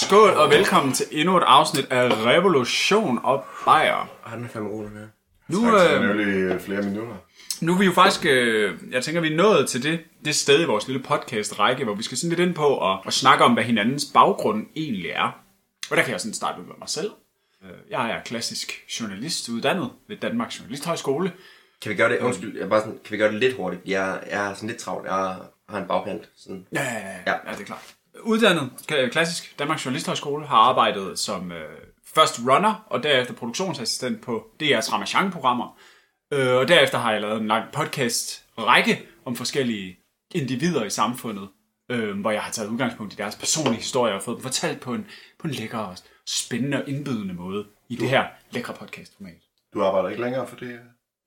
Skål og velkommen til endnu et afsnit af Revolution og Bajer. Den er fandme god, her. Flere minutter. Nu er vi jo faktisk, jeg tænker, vi er nået til det sted i vores lille podcast-række, hvor vi skal sådan lidt ind på og snakke om, hvad hinandens baggrund egentlig er. Og der kan jeg sådan starte med mig selv. Jeg er klassisk journalist uddannet ved Danmarks Journalisthøjskole. Kan vi gøre det, kan vi gøre det lidt hurtigt? Jeg er sådan lidt travlt, jeg har en bagkant. Sådan. Ja, det er klart. Uddannet klassisk Danmarks Journalisthøjskole, har arbejdet som først runner og derefter produktionsassistent på DR's Ramachan-programmer. Og derefter har jeg lavet en lang podcast-række om forskellige individer i samfundet, hvor jeg har taget udgangspunkt i deres personlige historier og fået dem fortalt på en lækker og spændende og indbydende måde i det her lækre podcast-format. Du arbejder ikke længere for det?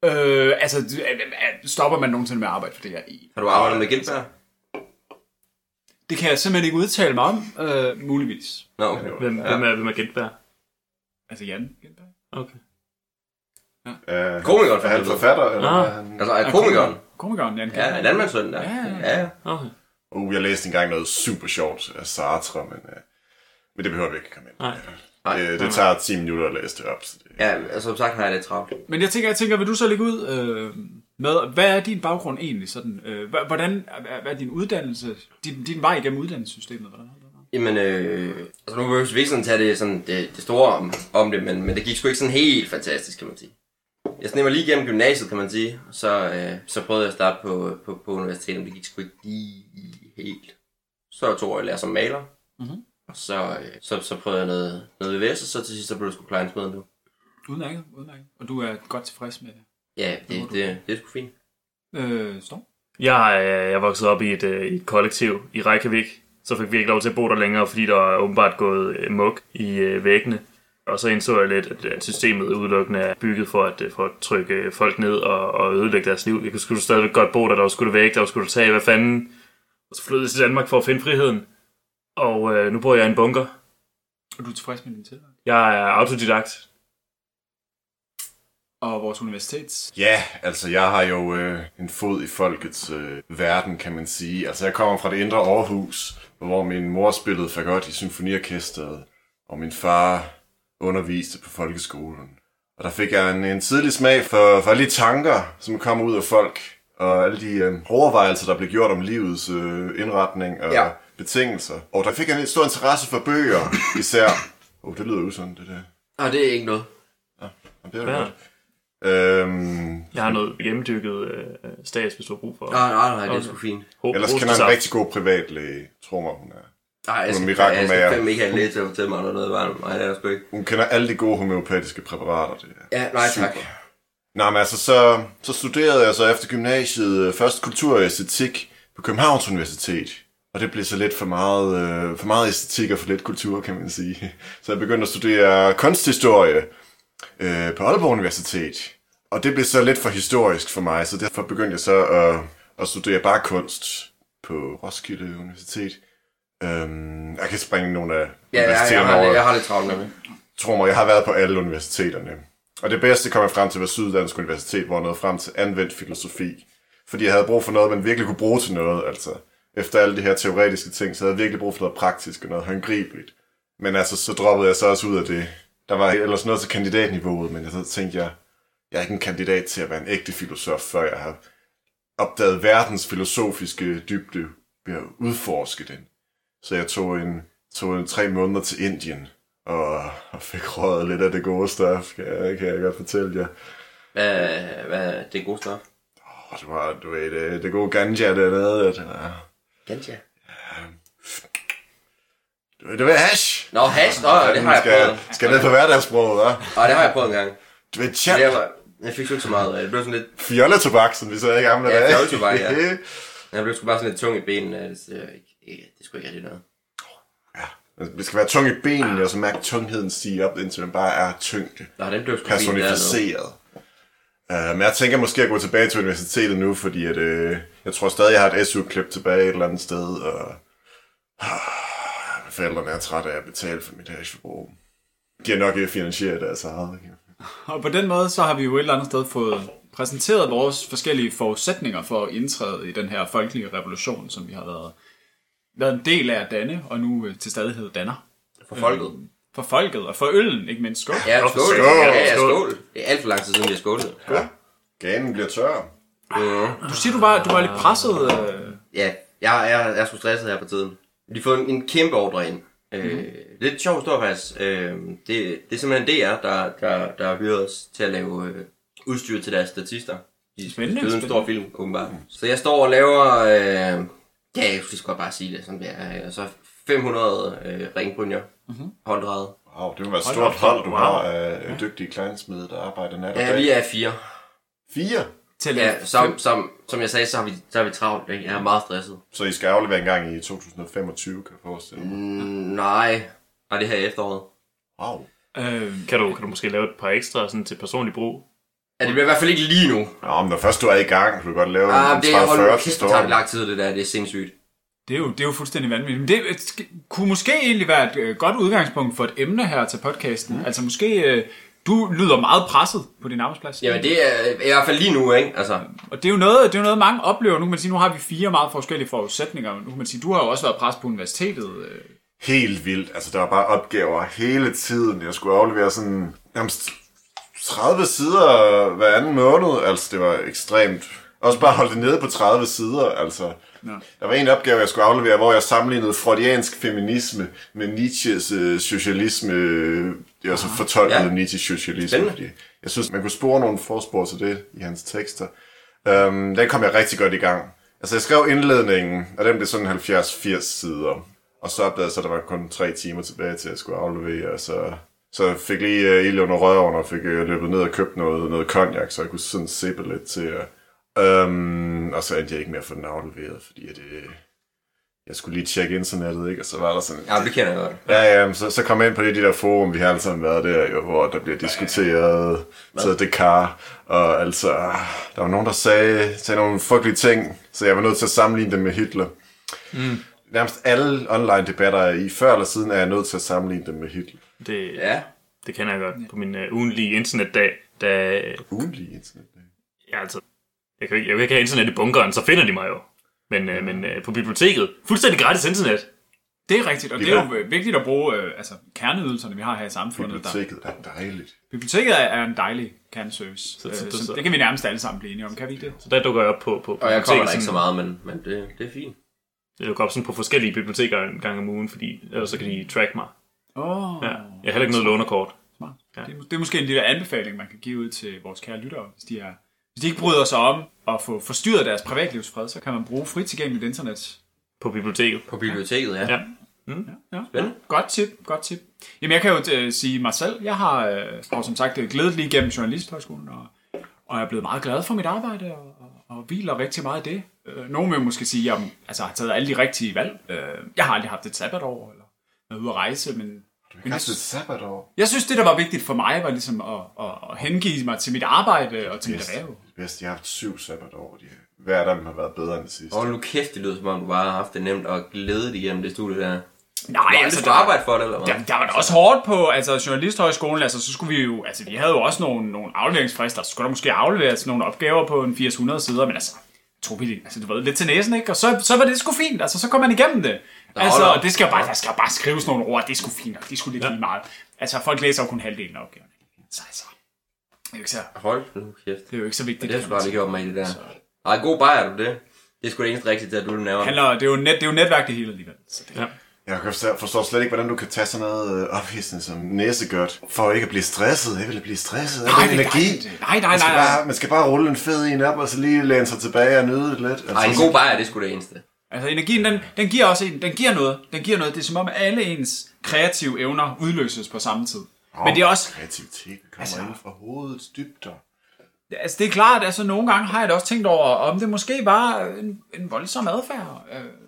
Stopper man nogensinde med at arbejde for det her i? Har du arbejdet med Gindberg? Det kan jeg simpelthen ikke udtale mig om, muligvis. Nå, okay. Hvem er Gindberg? Altså Jan Gindberg. Okay. Komikeren. Er han forfatter? Eller Altså er komikeren? Komikeren, Jan Gindberg. Ja, landmandssønnen der. Ja. Okay. Jeg læste engang noget super sjovt af Sartre, men det behøver vi ikke komme ind. Nej. Det tager 10 minutter at læse det op. Så det... Ja, altså som sagt har jeg lidt travlt. Men jeg tænker, vil du så lægge ud med, hvad er din baggrund egentlig? Sådan, hvordan er din uddannelse, din vej igennem uddannelsessystemet? Hvordan? Jamen, altså nu vil vi ikke sådan tage det, sådan, det store om det, men det gik sgu ikke sådan helt fantastisk, kan man sige. Jeg sneg mig lige igennem gymnasiet, kan man sige, og så prøvede jeg at starte på universitetet, men det gik sgu ikke lige helt. Så 2 år at lære som maler, og så prøvede jeg noget VVS, og så til sidst så blev det sgu klejnsmed nu. Udmærket. Og du er godt tilfreds med det? Ja, det er sgu fint. Storm? Jeg er vokset op i et kollektiv i Reykjavik, så fik vi ikke lov til at bo der længere, fordi der var åbenbart gået muk i væggene. Og så indså jeg lidt, at systemet udelukkende er bygget for at trykke folk ned og ødelægge deres liv. Jeg skulle stadigvæk godt bo der, der skulle væk, der skulle tage, hvad fanden. Og så flyttede jeg til Danmark for at finde friheden. Og nu bor jeg i en bunker. Og du er tilfreds med din tilværelse? Jeg er autodidakt. Og vores universitets? Ja, altså jeg har jo en fod i folkets verden, kan man sige. Altså jeg kommer fra det indre Aarhus, hvor min mor spillede fagot i symfoniorkestret, og min far underviste på folkeskolen. Og der fik jeg en tidlig smag for alle de tanker, som kommer ud af folk, og alle de overvejelser, der blev gjort om livets indretning og betingelser. Og der fik jeg en stor interesse for bøger, især. Det lyder usundt, det der. Det er ikke noget. Ja, det er det godt. Jeg har noget hjemmedykket stats, hvis du har brug for. Nej, det er sgu fint. Ellers kender jeg en rigtig god privatlæge, tror mig, hun er. Nej, jeg skal fandme ikke have en læge til at fortælle mig noget varmt. Nej, det er sgu ikke. Hun kender alle de gode homøopatiske præparater. Det er ja, nej tak. Nej, men altså, så studerede jeg så efter gymnasiet først kultur og æstetik på Københavns Universitet. Og det blev så lidt for meget æstetik og for lidt kultur, kan man sige. Så jeg begyndte at studere kunsthistorie på Aalborg Universitet. Og det blev så lidt for historisk for mig, så derfor begyndte jeg så at studere bare kunst på Roskilde Universitet. Jeg kan springe nogle af universiteterne over. Jeg har lidt travlt med det. Tror mig, jeg har været på alle universiteterne. Og det bedste kom jeg frem til var Syddansk Universitet, hvor jeg nåede frem til anvendt filosofi. Fordi jeg havde brug for noget, man virkelig kunne bruge til noget, altså. Efter alle de her teoretiske ting, så havde jeg virkelig brug for noget praktisk og noget håndgribeligt. Men altså, så droppede jeg så også ud af det. Der var ellers noget til kandidatniveauet, men så tænkte jeg er ikke en kandidat til at være en ægte filosof, før jeg har opdaget verdens filosofiske dybde ved at udforske den. Så jeg tog en 3 måneder til Indien, og fik røget lidt af det gode stof, kan jeg godt fortælle jer. Hvad er det gode stof? Det var, du ved, det gode ganja dernede. Ganja? Du ved hash? Nå, hash? Det har jeg prøvet. Skal ned på hverdagssproget, hva'? Nej, det har jeg prøvet en gang. Du ved, chat. Jeg fik sgu ikke så meget. Det blev sådan lidt... Fjolletobak, som vi sagde i gamle dage. Ja, fjolletobak, ja. Jeg blev sgu bare sådan lidt tung i benene. Det er sgu ikke rigtig noget. Ja, det skal være tung i benene, og så mærke tungheden stige op, indtil den bare er tyngde. Nå, den blev sgu personificeret. Men jeg tænker måske at gå tilbage til universitetet nu, fordi at, jeg tror stadig, jeg har et SU-klip tilbage et eller andet sted, og forældrene er trætte af at betale for mit hashforbrug. De har nok ikke finansieret deres eget. Og på den måde, så har vi jo et eller andet sted fået præsenteret vores forskellige forudsætninger for at indtræde i den her folkelige revolution, som vi har været en del af at danne, og nu til stadighed danner. For folket. For folket, og for øllen, ikke mindst. Skål. Ja, skål. Skål. Ja, skål. Det er alt for lang tid siden, vi har skålet. Ja. Ganen bliver tør. Du siger, du var lidt presset. Ja, jeg er sgu stresset her på tiden. Vi har fået en kæmpe ordre ind. Lidt sjov historie faktisk. Det er simpelthen DR, der har hyret os til at lave udstyr til deres statister. De spillede en stor film, åbenbart. Så jeg står og laver... jeg skal godt bare sige det, sådan det er. Så 500 ringbrynjer, hånddrejet. Wow, det må være et stort hold, du har af dygtige kleinsmede, der arbejder nat og dag. Ja, vi er 4. 4? Ja, som jeg sagde, så har vi travlt. Ikke? Jeg er meget stresset. Så I skal aflevere en gang i 2025, kan jeg forestille mig? Nej, det her i efteråret. Wow. Kan du måske lave et par ekstra sådan, til personlig brug? Ja, det bliver i hvert fald ikke lige nu. Nå, men når først du er i gang, kan du godt lave en 30-40 det tager lang tid, det der. Det er sindssygt. Det er jo fuldstændig vanvittigt. Men det kunne måske egentlig være et godt udgangspunkt for et emne her til podcasten. Altså måske... Du lyder meget presset på din arbejdsplads. Jamen det er i hvert fald lige nu, ikke? Altså. Og det er jo noget mange oplever. Nu kan man sige, nu har vi 4 meget forskellige forudsætninger. Nu kan man sige, du har jo også været presset på universitetet. Helt vildt. Altså, der var bare opgaver hele tiden. Jeg skulle aflevere sådan nærmest 30 sider hver anden måned. Altså, det var ekstremt. Også bare holde det nede på 30 sider, altså. Ja. Der var en opgave, jeg skulle aflevere, hvor jeg sammenlignede freudiansk feminisme med Nietzsches socialisme. Jeg så fortolkede Nietzsches socialisme, fordi jeg synes, man kunne spore nogle forspor til det i hans tekster. Den kom jeg rigtig godt i gang. Altså, jeg skrev indledningen, og den blev sådan 70-80 sider. Og så opdagede jeg, så der var kun 3 timer tilbage til, at jeg skulle aflevere, så fik lige ild under røven og fik løbet ned og købt noget cognac, så jeg kunne sådan sippe lidt til og så endte jeg ikke med at få den afleveret, fordi jeg skulle lige tjekke internettet, ikke? Og så var der sådan... Ja, det kender jeg godt. Ja, så kom jeg ind på de der forum, vi har alle sammen været der, jo, hvor der bliver diskuteret til Descartes, og altså, der var nogen, der sagde nogle frygtelige ting, så jeg var nødt til at sammenligne dem med Hitler. Nærmest alle online debatter i før eller siden er jeg nødt til at sammenligne dem med Hitler. Det kender jeg godt på min ugenlige internetdag. Ugenlige internetdag? Ja, altså... Jeg kan ikke have internet i bunkeren, så finder de mig jo. Men på biblioteket, fuldstændig gratis internet. Det er rigtigt, og det er jo vigtigt at bruge kerneydelserne, vi har her i samfundet. Biblioteket er dejligt. Biblioteket er en dejlig kerneservice. Så det kan vi nærmest alle sammen blive enige om, kan vi ikke det? Så der dukker jeg op på og jeg kommer der ikke så meget, men det er fint. Jeg dukker op sådan på forskellige biblioteker en gang om ugen, fordi ellers så kan de track mig. Ja. Jeg har heller ikke noget lånerkort. Smart. Ja. Det er måske en lille anbefaling, man kan give ud til vores kære lyttere, hvis de ikke bryder sig om at få forstyrret deres privatlivsfred, så kan man bruge frit tilgængeligt internet. På biblioteket. På biblioteket, ja. Ja. Godt tip. Jamen jeg kan jo sige mig selv, jeg har som sagt glædet lige gennem Journalisthøjskolen, og jeg er blevet meget glad for mit arbejde, og hviler rigtig meget i det. Nogle vil måske sige, at jeg har taget alle de rigtige valg. Jeg har aldrig haft et sabbatår, eller været ude at rejse, men... Jeg synes, det der var vigtigt for mig, var ligesom at hengive mig til mit arbejde og til mit erhverv. Jeg har haft 7 sabbatår. Hver af dem har været bedre end det sidste. Nu kæft, det lyder som om du bare har haft det nemt og glædet igennem det studie der. Nej, altså der arbejde for det, eller hvad? Der var det også hårdt på Journalisthøjskolen, så skulle vi jo, vi havde jo også nogle afleveringsfrister, så skulle der måske afleveres nogle opgaver på en 800 sider, men tog vi det, det var lidt til næsen, ikke? Og så var det sgu fint, så kom man igennem det. Og det skal der skal bare skrives nogle ord, det er sgu fint, og det skulle lidt lige meget. Folk læser jo kun halvdelen af opgaven. Så det er jo ikke så... Hold nu kæft. Det er jo ikke så vigtigt. Det er sgu aldrig gjort mig i det der. Ej, god bajer du det. Det er sgu det eneste rigtige til, at du nævner. Det er jo netværk det hele alligevel. Så det. Jeg forstår slet ikke, hvordan du kan tage sådan noget ophidsende som næsegørt, for ikke at blive stresset. Jeg vil blive stresset af den energi. Nej. Man skal bare rulle en fed en op, og så lige læne sig tilbage og nyde det lidt. Ej, en god bajer, det er sgu det eneste. Energien, den giver også den giver noget. Det er som om, alle ens kreative evner udløses på samme tid. Men det er også... Kreativitet kommer ind fra hovedets dybder. Det er klart, nogle gange har jeg da også tænkt over, om det måske var en voldsom adfærd.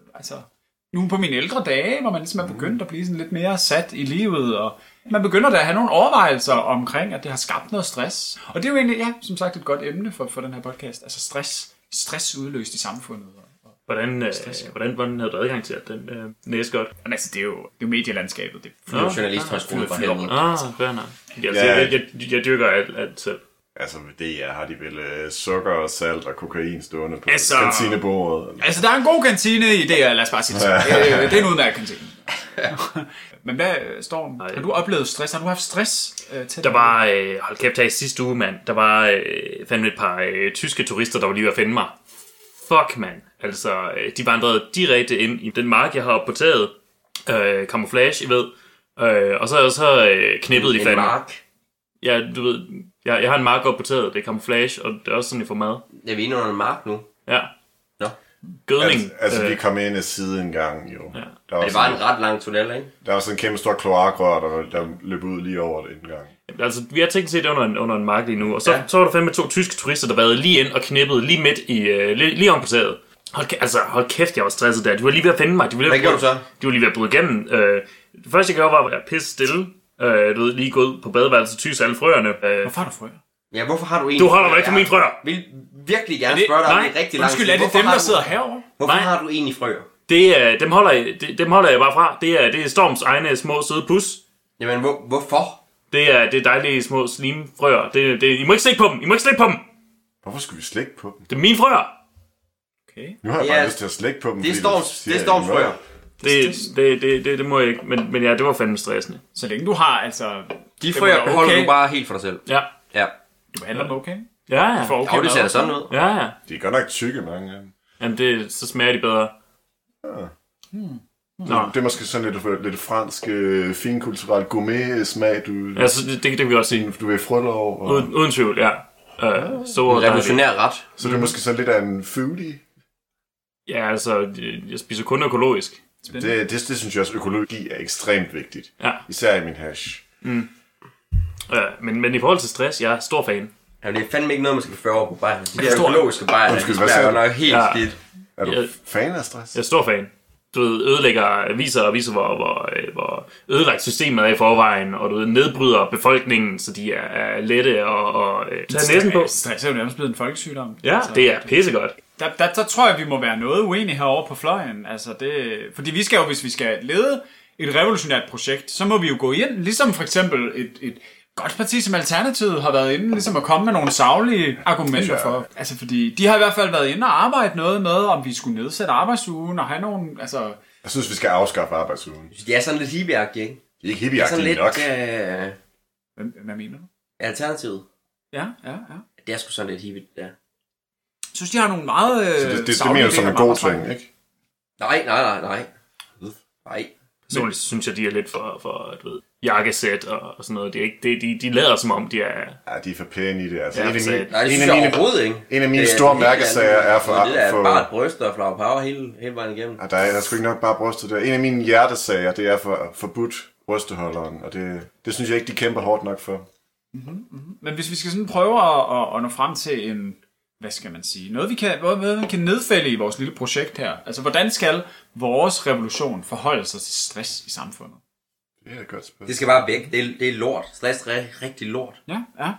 Nu på mine ældre dage, hvor man ligesom er begyndt at blive sådan lidt mere sat i livet, og man begynder da at have nogle overvejelser omkring, at det har skabt noget stress. Og det er jo egentlig, som sagt, et godt emne for den her podcast. Altså stress udløst i samfundet. Hvordan havde du adgang til den næsegørt? Det er jo medielandskabet. Det er journalisthøjskole for helvede. Fair nok. Jeg dyrker alt selv. Altså, det har de vel sukker og salt og kokain stående på Altså- kantinebordet. Altså, der er en god kantine i det, lad os bare sige det. Det er en udmærket kantine. Men hvad, Storm? Har du oplevet stress? Har du haft stress til Der var, hold kæft her i sidste uge, mand. Der var fandme et par tyske turister, der var lige ved at finde mig. Fuck, mand. Altså, de vandrede direkte ind i den mark, jeg har oppe på taget. Camouflage, I ved. Og så knippede de En fandme. mark. Ja, du ved, jeg har en mark oppe på taget. Det er camouflage, og det er også sådan, jeg får mad. Er vi inde under en mark nu? Ja. Nå. Gødning. Altså, vi kom ind af side en gang, jo. Ja. Der var, Det var sådan, en ret lang tunnel, ikke? der var sådan en kæmpe stor kloakrør, der løb ud lige over det en gang. Altså, vi har tænkt set under en mark lige nu. Og så var der fandme 2 tyske turister, der været lige ind og knippede lige midt i, lige om på taget. Hold kæft, jeg var stresset der. De var lige ved at finde mig. Hvad gjorde du så? De var lige ved at bryde igennem. Det første, jeg gjorde, var at være pisse stille. Du ved, lige gå ud på badeværelset og tyse alle frøerne. Hvorfor har du frøer? Ja, hvorfor har du en? Du holder dig ikke for mine frøer. Jeg vil virkelig gerne Er det- spørge dig om nej, det rigtig lang Undskyld, tid. er det Hvorfor dem, har der du- sidder herovre? Hvorfor Nej. har du en i frøer? Dem holder jeg bare fra. Det er Storms egne små søde pus. Jamen, hvorfor? Det er dejlige små slimfrøer. I må ikke slikke på dem. Hvorfor skulle vi slække på dem? Det er mine frøer. Okay. Nu har jeg Ja, bare lyst til at slække på dem. Det er fordi du Storms, siger, det er Storms at de er frøer. Det må jeg ikke. Men ja, det var fandme stressende. Så længe du har, altså... De det frøer var beholder okay. du bare helt for dig selv. Ja. Ja. Du behandler dem okay? Ja. For okay Og det ser mad. da sådan ud. Ja. De er godt nok tykke, mange af dem. Jamen, så smager de bedre. Nå. Det er måske sådan lidt fransk, finkulturel gourmet-smag, Ja, så det kan vi også sige. du vil frølle over. Uden tvivl, ja. Store En revolutionær ret. Så det er måske sådan lidt af en foodie. Ja, altså, jeg spiser kun økologisk. Det synes jeg også, økologi er ekstremt vigtigt. Ja. Især i min hash. Men i forhold til stress, jeg er stor fan. Jamen, det er fandme ikke noget, man skal føre over på bajer. De der Stor- økologiske bajer, de Undskyld, hvad smager sagde godt du? nok helt Ja. skidt. Er du Jeg- fan af stress? Jeg er stor fan. Du ved, viser hvor ødelagt systemet er i forvejen, og du ved, nedbryder befolkningen, så de er lette og tage næsen på. Stress er jo nærmest blevet en folkesygdom. Ja, det er pissegodt. Der tror jeg, vi må være noget uenige herovre på fløjen. Altså fordi vi skal jo, hvis vi skal lede et revolutionært projekt, så må vi jo gå ind, ligesom for eksempel et godt parti som Alternativet har været inde, ligesom at komme med nogle saglige argumenter for. Altså fordi, de har i hvert fald været inde og arbejde noget med, om vi skulle nedsætte arbejdsugen og have nogle, altså... Jeg synes, vi skal afskaffe arbejdsugen. De er sådan lidt hippieagtige, ikke? De er ikke De er sådan hippieagtige lidt nok. Hvad mener du? alternativet. Ja. Det er sgu sådan lidt hippie, ja. Jeg synes, de har nogle meget Så det saglige mener du som idéer en om god arbejdsmarkedet. ting, ikke? Nej. Personligt synes jeg, de er lidt for du ved, jakkesæt og sådan noget. De lader som om, de er... Ja, de er for pæne i det. Altså, Ja, en af for mine, sat. Nej, det en synes af jeg mine, overhovedet ikke. en af mine Det er store helt andet. mærkesager er for... Det er for bare et bryst og flower power hele vejen igennem. der er sgu ikke nok bare brystet der. En af mine hjertesager, det er for forbudt brysteholderen, og det synes jeg ikke, de kæmper hårdt nok for. Men hvis vi skal sådan prøve at nå frem til en, hvad skal man sige, noget vi kan nedfælde i vores lille projekt her. Altså, hvordan skal vores revolution forholde sig til stress i samfundet? Det er et godt spørgsmål. Det skal bare væk. Det er lort. Stress er rigtig lort. Ja.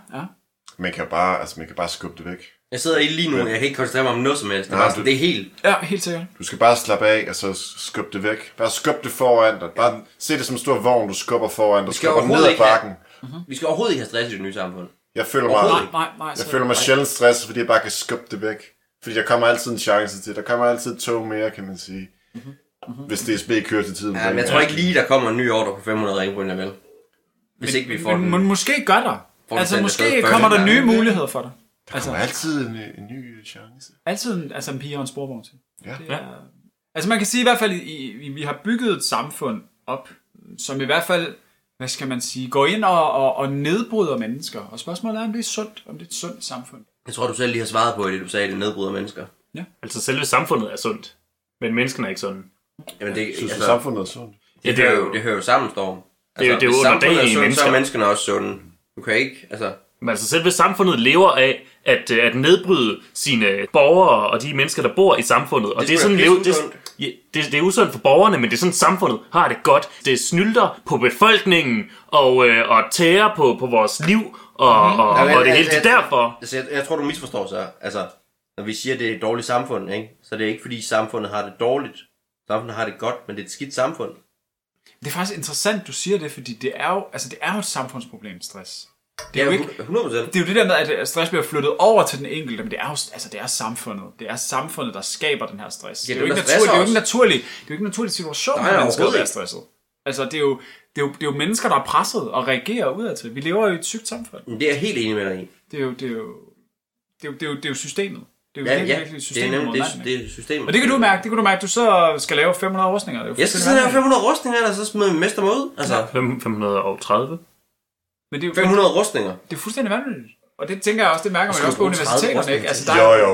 Man kan bare skubbe det væk. Jeg sidder i lige nu, jeg kan ikke koncentrere mig om noget som helst. Det er, Nej, bare sådan, det er helt... Ja, helt sikkert. Du skal bare slappe af, og så skubbe det væk. Bare skubbe det foran dig. Bare se det som en stor vogn, du skubber foran dig. Du skal skubber ned overhovedet ad ikke have- bakken. Vi skal overhovedet ikke have stress i det nye samfund. Jeg føler Overhovedet mig, Nej. jeg føler mig sjældent stresset, fordi jeg bare kan skubbe det væk. Fordi der kommer altid en chance til. Der kommer altid et tog mere, kan man sige. Hvis DSB kører til tiden. Ja, men jeg tror ikke lige, der kommer en ny ordre på 500 ringbrynjer, vel? Hvis ikke vi får den. Men måske gør der. Får Altså, den måske sendt kommer der først. nye muligheder for dig. Der kommer altid en ny chance. Altid en pige og en sporvogn til. Ja. Det er, altså, man kan sige i hvert fald, vi har bygget et samfund op, som i hvert fald, hvad skal man sige, går ind og nedbryder mennesker. Og spørgsmålet er, om det er sundt, om det er et sundt samfund. Jeg tror, du selv lige har svaret på det, du sagde, det nedbryder mennesker. Altså, selve samfundet er sundt, men menneskene er ikke sådan. Jamen, det, Synes du, altså, samfundet er sundt? det hører jo sammen, Storm. Det er jo hvis underdanige samfundet er sundt, så mennesker. er menneskene også sunde. Du kan ikke, altså... Men altså, selve samfundet lever af at nedbryde sine borgere og de mennesker, der bor i samfundet. Og det er sådan det er usundt for borgerne, men det er sådan, samfundet har det godt. Det snylter på befolkningen og tærer på vores liv og det hele. Det er derfor. Altså, jeg tror, du misforstår så. Altså, når vi siger, at det er et dårligt samfund, ikke? Så det er ikke, fordi samfundet har det dårligt. Samfundet har det godt, men det er et skidt samfund. Det er faktisk interessant, du siger det, fordi det er jo et samfundsproblem, stress. Det er jo ikke, 100%. det er jo det der med, at stress bliver flyttet over til den enkelte, men det er jo det er samfundet. Det er samfundet, der skaber den her stress. Ja, det er jo ikke en naturlig situation, når mennesker er stresset. Altså, det er jo mennesker, der er presset og reagerer udadtil. Vi lever jo i et sygt samfund. Det er jeg helt enig med dig i. Det er jo systemet. Det er jo virkelig systemet. Det er systemet. Og det kan du mærke. Du så skal lave 500 rustninger. Jeg skal lave 500 rustninger, og så smider vi mester mig ud. Altså 530. Men det er jo 500 rustninger. Det er fuldstændig vanvittigt. Og det tænker jeg også, det mærker man også på universiteterne, ikke? Altså,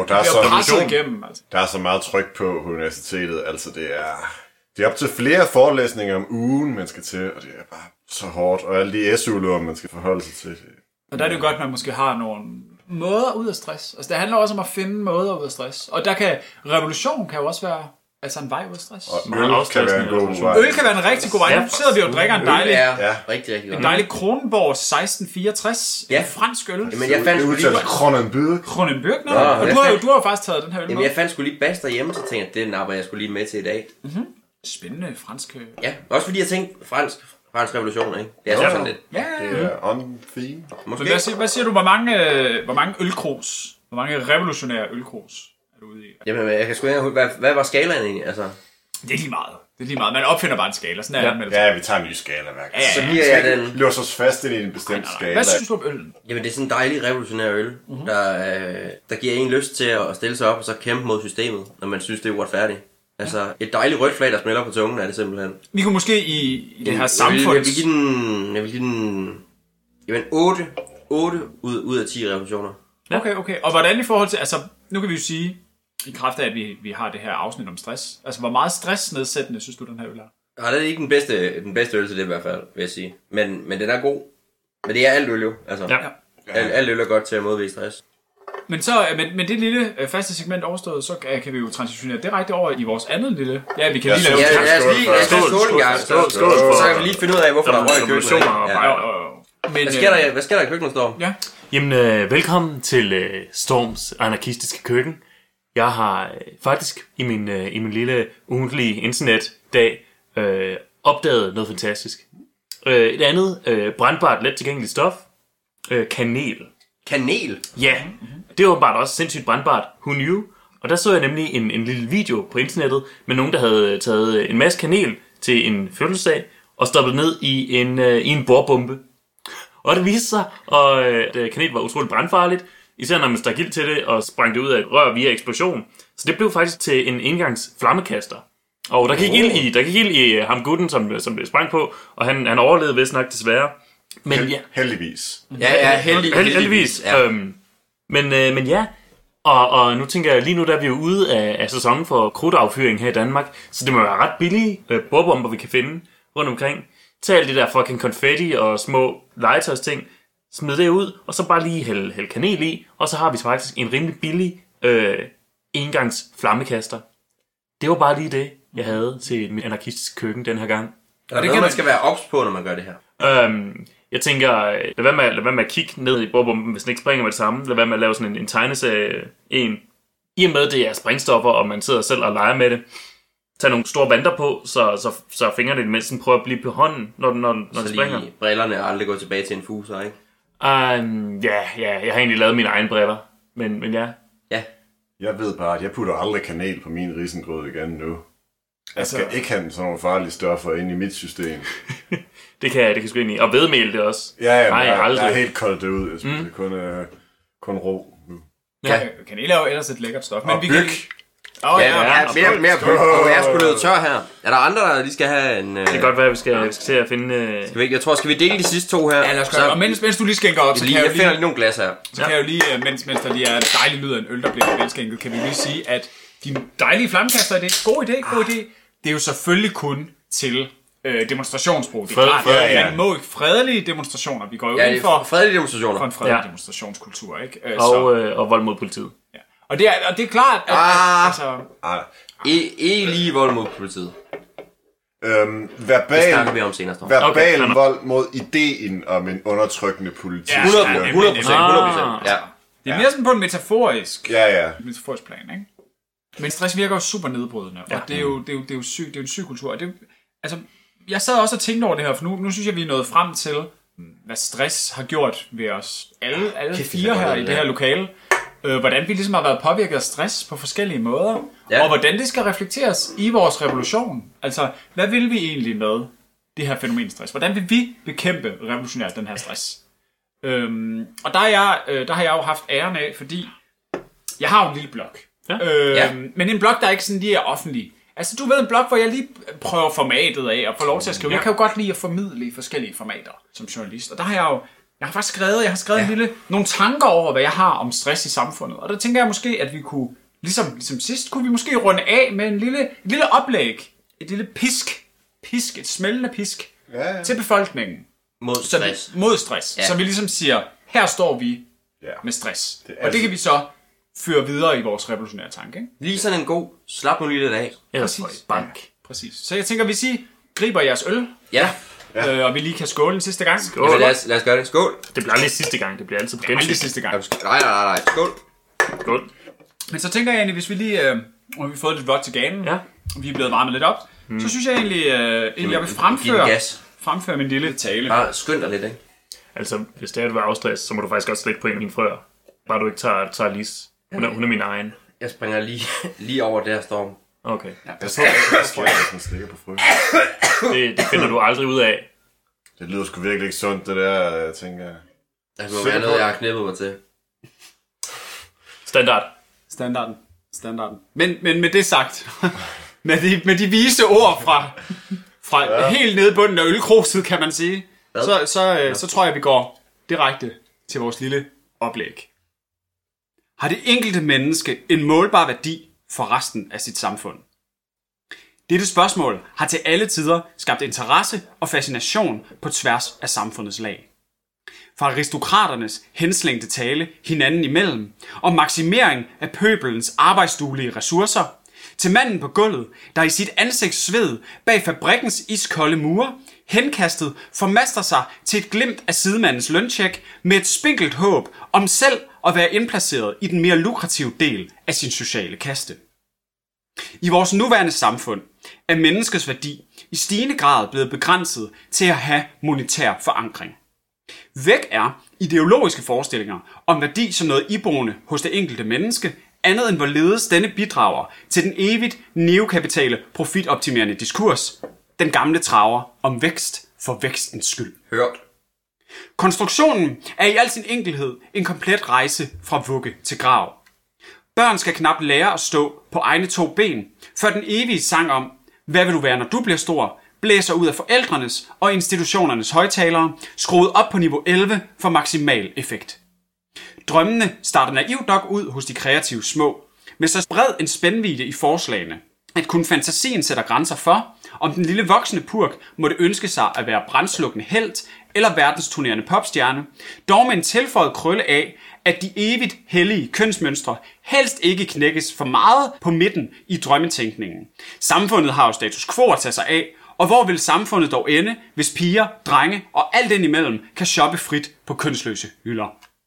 der er så meget tryk på universitetet. Altså, det er op til flere forelæsninger om ugen, man skal til, og det er bare så hårdt. Og alle de SU-lån, man skal forholde sig til. Og der er det jo godt, at man måske har nogle måder ud af stress. Altså, det handler også om at finde måder ud af stress. Og der kan revolution kan jo også være en vej ud af stress. Og øl kan være en god vej. Øl kan være en rigtig god vej. Nu sidder vi og drikker en dejlig... rigtig godt. En dejlig Kronenborg 1664. En fransk øl. Jamen, jeg fandt Kronenberg, du har jo faktisk taget den her øl med. Jamen, jeg fandt sgu lige bas derhjemme, så tænkte jeg, det napper jeg skulle lige med til i dag. Spændende fransk... Ja, også fordi jeg tænkte fransk revolution, ikke? Det er sådan lidt. Ja. Det er on theme. Hvad siger du, hvor mange ølkrus, hvor mange revolutionære ølkrus er du ude i? Jamen, jeg kan sgu ikke huske, hvad var skalaen egentlig? Altså... Det er lige meget. Man opfinder bare en skala. Sådan er det. Ja, vi tager en ny skala hver gang. Så giver jeg den... Låser os fast i en bestemt skala. Hvad synes du om øllen? Jamen, det er sådan en dejlig revolutionær øl, der giver en lyst til at stille sig op og så kæmpe mod systemet, når man synes, det er uretfærdigt. Altså, et dejligt rødt flag, der smelter på tungen, er det simpelthen. Vi kunne måske i det her samfund... Jeg vil give den... Jamen, 8 ud af 10 revolutioner. Okay. Og hvordan i forhold til... Altså, nu kan vi jo sige, i kraft af, at vi har det her afsnit om stress. Altså, hvor meget stressnedsættende synes du, den her øl er? Nej, det er ikke den bedste øl til det i hvert fald, vil jeg sige. Men den er god. Men det er alt øl jo. Altså, alt øl er godt til at modvirke stress. Men så med det lille faste segment overstået, så kan vi jo transitionere direkte over i vores andet lille... Ja, vi kan lige lave... Skål. Så kan vi lige finde ud af, hvorfor der er røg i køkkenet. Hvad sker der i køkkenet, Storm? Ja. Jamen, velkommen til Storms anarkistiske køkken. Jeg har faktisk i min lille ugentlige internetdag opdaget noget fantastisk. Et andet brandbart, let tilgængeligt stof. Kanel. Kanel? Ja, det var bare også sindssygt brandbart. Who knew? Og der så jeg nemlig en lille video på internettet med nogen, der havde taget en masse kanel til en fødselsdag og stoppet ned i en bordbombe. Og det viste sig, at kanel var utroligt brandfarligt, især når man stak ild til det og sprang det ud af et rør via eksplosion. Så det blev faktisk til en engangs flammekaster. Og der gik ild i ham gutten, som det sprang på, og han overlevede vist nok desværre. Men heldigvis. Ja, heldigvis. Ja. Men ja, og nu tænker jeg, lige nu der er vi jo ude af sæsonen for krudtaffyring her i Danmark, så det må være ret billige bordbomber, vi kan finde rundt omkring. Tag alt det der fucking konfetti og små legetøjsting, smid det ud, og så bare lige hælde kanel i, og så har vi faktisk en rimelig billig engangs flammekaster. Det var bare lige det, jeg havde til mit anarkistiske køkken den her gang. Og det kan man skal være ops på, når man gør det her. Jeg tænker, lad være med at kigge ned i bordbomben, hvis den ikke springer med det samme. Lad være med at lave sådan en tegneserie en. I og med, det er sprængstoffer, og man sidder selv og leger med det. Tag nogle store vanter på, så fingrene i det mindste prøver at blive på hånden, når det springer. Så brillerne er aldrig gået tilbage til en fuser, ikke? Ja, jeg har egentlig lavet mine egne briller, men ja. Ja. Jeg ved bare, at jeg putter aldrig kanel på min risengrød igen nu. Jeg skal ikke have sådan nogle farlige stoffer ind i mit system. det kan sgu ind i. Og hvedemel det også. Ja, jeg er helt koldt ud. Jeg synes, det kun rå nu. Ja. Kanel er jo ellers et lækkert stof. Men vi byg. Mere byg. Og jeg skulle løbe tør her. Er der andre, der lige skal have en... Det kan godt være, at vi skal se at finde... Skal vi dele de sidste to her? Ja, lad os gøre. Og mens du lige skænker op, så kan jeg finder lige nogle glas her. Så kan jeg jo lige, mens der lige er en dejlig lyd af en øl, der bliver velskænket, kan vi lige sige, at de dejlige flammekaster god idé. Det er jo selvfølgelig kun til demonstrationsbrug. Det er klart, man må ikke fredelige demonstrationer. Vi går jo ind for fredelige demonstrationer. For en fredelig demonstrationskultur, ikke? Og vold mod politiet. Ja. Og det er klart, at ikke lige vold mod politiet. Verbal vold mod ideen om en undertrykkende politi. 100%. Ja. Det er mere sådan på en metaforisk plan, ikke? Men stress virker jo super nedbrydende, og det er jo sygt, det er jo en syg kultur. Jeg sad også og tænkte over det her, for nu synes jeg, vi er nået frem til hvad stress har gjort ved os alle fire her i det her lokale. Hvordan vi ligesom har været påvirket af stress på forskellige måder. Og hvordan det skal reflekteres i vores revolution. Altså, hvad vil vi egentlig med det her fænomen stress? Hvordan vil vi bekæmpe revolutionært den her stress? Og der har jeg jo haft æren af, fordi jeg har jo en lille blog. Men en blog, der ikke sådan lige er offentlig. Altså, du ved, en blog, hvor jeg lige prøver formatet af og får lov til at skrive. Jeg kan jo godt lide at formidle i forskellige formater som journalist. Og der har jeg har faktisk skrevet nogle tanker over, hvad jeg har om stress i samfundet. Og der tænker jeg måske, at vi kunne, ligesom sidst, kunne vi måske runde af med et lille oplæg. Et lille pisk, et smældende pisk til befolkningen. Mod stress. Ja. Så vi ligesom siger, her står vi med stress. Og det kan vi så føre videre i vores revolutionære tanke. Ikke? Lige sådan en god, slap nu lige lidt af. Præcis. Præcis. Så jeg tænker, hvis I griber jeres øl, og vi lige kan skåle en sidste gang. Skål. Lad os gøre det. Skål. Det bliver aldrig sidste gang, det bliver altid på gensidigt. Sidste gang. Nej. Skål. Skål. Men så tænker jeg egentlig, hvis vi lige har vi fået lidt vådt til ganen, og vi er blevet varmet lidt op, så synes jeg egentlig, jeg vil fremføre min lille tale. Bare skynd dig lidt, ikke? Altså, hvis det er, du vil afstress, så må du faktisk også slække på en af mine frøer. Bare du ikke tager Lis. Hun er min egen. Jeg springer lige over der storm. Okay. Ja, jeg tror, at man slikker på frø. Det finder du aldrig ud af. Det lyder sgu virkelig ikke sundt, det der, jeg tænker. Det må være noget, jeg har knippet mig til. Standarden. Men med det sagt, med de vise ord fra helt nede i bunden af ølkruset, kan man sige, så tror jeg, vi går direkte til vores lille oplæg. Har det enkelte menneske en målbar værdi for resten af sit samfund? Dette spørgsmål har til alle tider skabt interesse og fascination på tværs af samfundets lag. Fra aristokraternes henslængte tale hinanden imellem og maksimering af pøbelens arbejdsduelige ressourcer, til manden på gulvet, der i sit ansigtssved bag fabrikkens iskolde mure henkastet formaster sig til et glimt af sidemandens løntjek med et spinkelt håb om selv at være indplaceret i den mere lukrative del af sin sociale kaste. I vores nuværende samfund er menneskets værdi i stigende grad blevet begrænset til at have monetær forankring. Væk er ideologiske forestillinger om værdi som noget iboende hos det enkelte menneske, andet end hvorledes denne bidrager til den evigt neokapitale profitoptimerende diskurs, den gamle traver om vækst for vækstens skyld. Hørt. Konstruktionen er i al sin enkelhed en komplet rejse fra vugge til grav. Børn skal knap lære at stå på egne 2 ben, før den evige sang om, hvad vil du være, når du bliver stor, blæser ud af forældrenes og institutionernes højtalere, skruet op på niveau 11 for maksimal effekt. Drømmene starter naivt nok ud hos de kreative små, med så bred en spændvidde i forslagene, at kun fantasien sætter grænser for, om den lille voksne purk måtte ønske sig at være brandslukkende helt eller verdensturnerende popstjerne, dog med en tilføjet krølle af, at de evigt hellige kønsmønstre helst ikke knækkes for meget på midten i drømmetænkningen. Samfundet har jo status quo at tage sig af, og hvor vil samfundet dog ende, hvis piger, drenge og alt den imellem kan shoppe frit på kønsløse hylder?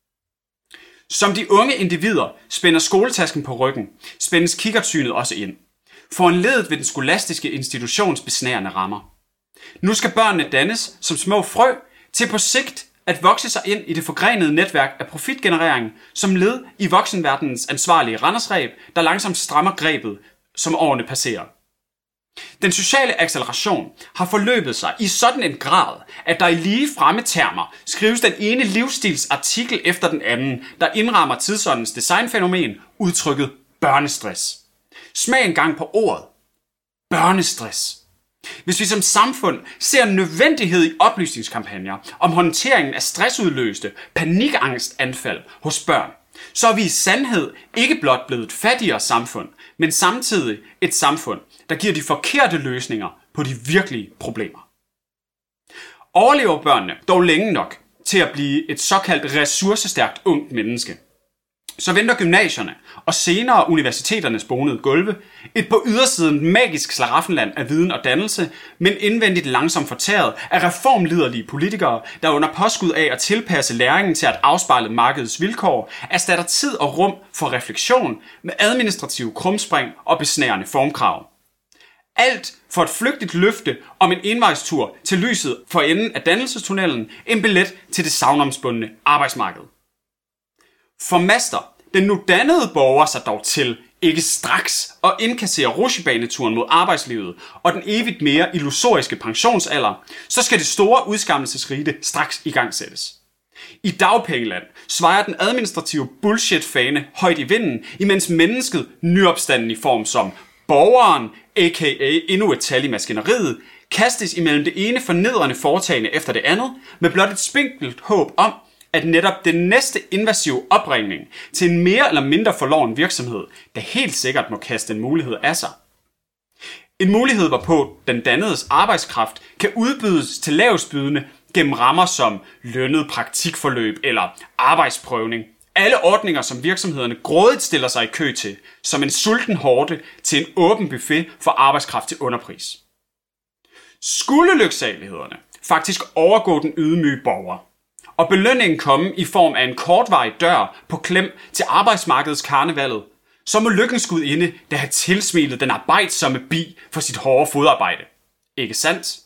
Som de unge individer spænder skoletasken på ryggen, spændes kikkertsynet også ind. Foranledet ved den skolastiske institutions besnærende rammer. Nu skal børnene dannes som små frø til på sigt at vokse sig ind i det forgrenede netværk af profitgenerering som led i voksenverdenens ansvarlige rendersreb, der langsomt strammer grebet, som årene passerer. Den sociale acceleration har forløbet sig i sådan en grad, at der i lige fremme termer skrives den ene livsstilsartikel efter den anden, der indrammer tidsåndens designfænomen, udtrykket børnestress. Smag en gang på ordet. Børnestress. Hvis vi som samfund ser en nødvendighed i oplysningskampagner om håndteringen af stressudløste panikangstanfald hos børn, så er vi i sandhed ikke blot blevet et fattigere samfund, men samtidig et samfund, der giver de forkerte løsninger på de virkelige problemer. Overlever børnene dog længe nok til at blive et såkaldt ressourcestærkt ungt menneske, så venter gymnasierne og senere universiteternes bonede gulve et på ydersiden magisk slaraffenland af viden og dannelse, men indvendigt langsomt fortæret af reformliderlige politikere, der under påskud af at tilpasse læringen til at afspejle markedets vilkår, erstatter tid og rum for refleksion med administrative krumspring og besnærende formkrav. Alt for et flygtigt løfte om en envejstur til lyset for enden af dannelsestunnelen, en billet til det savnomsbundne arbejdsmarked. Formaster den nu dannede borger sig dog til ikke straks at indkassere rutsjebaneturen mod arbejdslivet og den evigt mere illusoriske pensionsalder, så skal det store udskammelsesrite straks igangsættes. I dagpengeland svejer den administrative bullshit-fane højt i vinden, imens mennesket nyopstanden i form som borgeren, a.k.a. endnu et tal i maskineriet, kastes imellem det ene fornedrende foretagende efter det andet, med blot et spinkelt håb om, at netop den næste invasive opringning til en mere eller mindre forloren virksomhed, der helt sikkert må kaste en mulighed af sig. En mulighed, hvorpå den dannedes arbejdskraft kan udbydes til lavestbydende gennem rammer som lønnet praktikforløb eller arbejdsprøvning. Alle ordninger, som virksomhederne grådigt stiller sig i kø til, som en sulten horde til en åben buffet for arbejdskraft til underpris. Skulle lyksalighederne faktisk overgå den ydmyge borger, og belønningen komme i form af en kortvarig dør på klem til arbejdsmarkedets karnevalet, så må lykkens gudinde da have tilsmilet den arbejdsomme bi for sit hårde fodarbejde. Ikke sandt?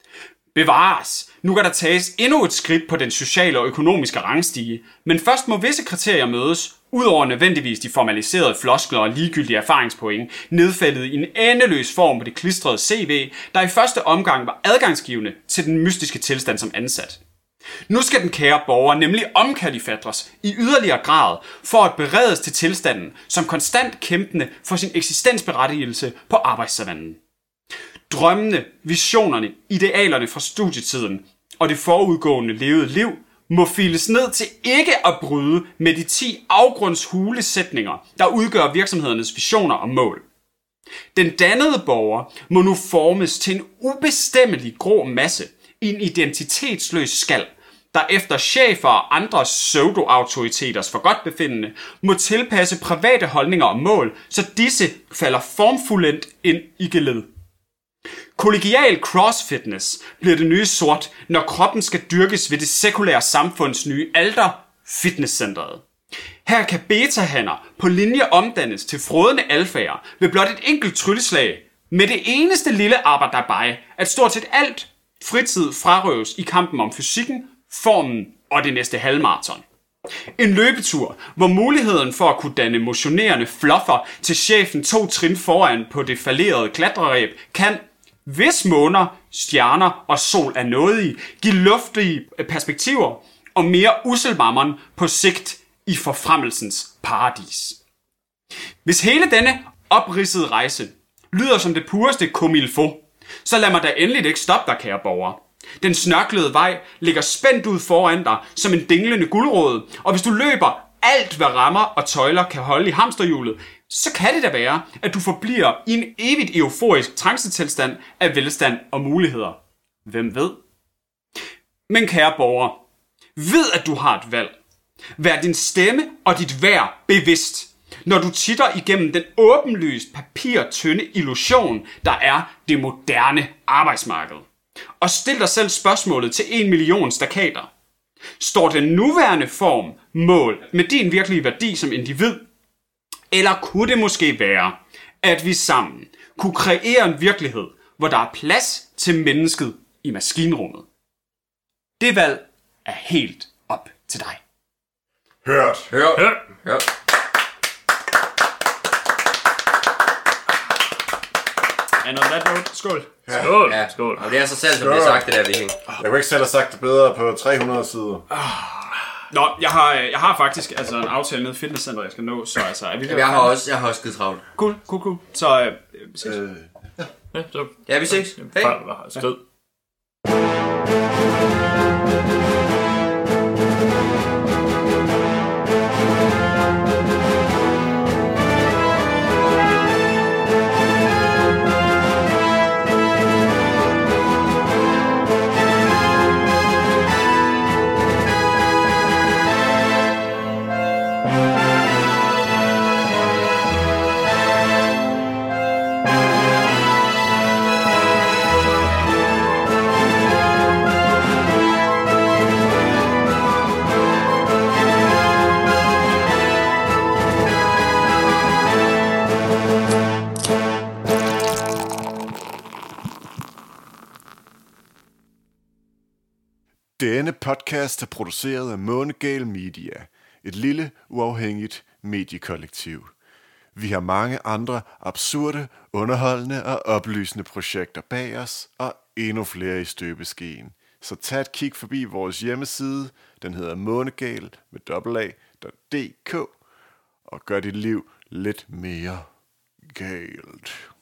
Bevares, nu kan der tages endnu et skridt på den sociale og økonomiske rangstige, men først må visse kriterier mødes, udover nødvendigvis de formaliserede floskler og ligegyldige erfaringspoint, nedfældet i en endeløs form på det klistrede CV, der i første omgang var adgangsgivende til den mystiske tilstand som ansat. Nu skal den kære borger nemlig omkalifatres i yderligere grad for at beredes til tilstanden som konstant kæmpende for sin eksistensberettigelse på arbejdssavannen. Drømmene, visionerne, idealerne fra studietiden og det forudgående levede liv må files ned til ikke at bryde med de 10 afgrundshule sætninger, der udgør virksomhedernes visioner og mål. Den dannede borger må nu formes til en ubestemmelig grå masse i en identitetsløs skal, der efter chefer og andre pseudo-autoriteters forgodtbefindende må tilpasse private holdninger og mål, så disse falder formfuldendt ind i geled. Kollegial crossfitness bliver det nye sort, når kroppen skal dyrkes ved det sekulære samfunds nye alter, fitnesscenteret. Her kan betahanner på linje omdannes til frådende alfaer ved blot et enkelt trylleslag, med det eneste lille arbejde dabei, at stort set alt fritid frarøves i kampen om fysikken, formen og det næste halvmarathon. En løbetur, hvor muligheden for at kunne danne motionerende fluffer til chefen 2 trin foran på det fallerede klatreræb kan, hvis måner, stjerner og sol er nådige, give luftige perspektiver og mere usselmammeren på sigt i forfremmelsens paradis. Hvis hele denne opridsede rejse lyder som det pureste comme il faut, så lad mig da endelig ikke stoppe dig, kære borger. Den snørklede vej ligger spændt ud foran dig som en dinglende guldråd, og hvis du løber alt, hvad rammer og tøjler kan holde i hamsterhjulet, så kan det da være, at du forbliver i en evigt euforisk trancetilstand af velstand og muligheder. Hvem ved? Men kære borger, ved at du har et valg. Vær din stemme og dit værd bevidst, når du titter igennem den åbenlyst papirtynde illusion, der er det moderne arbejdsmarked. Og stil dig selv spørgsmålet til 1 million stakater. Står den nuværende form mål med din virkelige værdi som individ? Eller kunne det måske være, at vi sammen kunne kreere en virkelighed, hvor der er plads til mennesket i maskinrummet? Det valg er helt op til dig. Hørt. And on that note, skål. Ja. Skål. Ja, Skål. og det er så selv, som det er sagt, det der Viking. Jeg kunne ikke selv have sagt det bedre på 300 sider. Nå, jeg har faktisk altså en aftale nede i fitnesscenteret, jeg skal nå, så altså... Er vi Jeg har også skide travlt. Cool. Så vi ses. Ja, så. Ja, vi ses. Hej. Skrid. Denne podcast er produceret af Månegal Media, et lille, uafhængigt mediekollektiv. Vi har mange andre absurde, underholdende og oplysende projekter bag os, og endnu flere i støbeskeen. Så tag et kig forbi vores hjemmeside, den hedder månegal.dk, og gør dit liv lidt mere galt.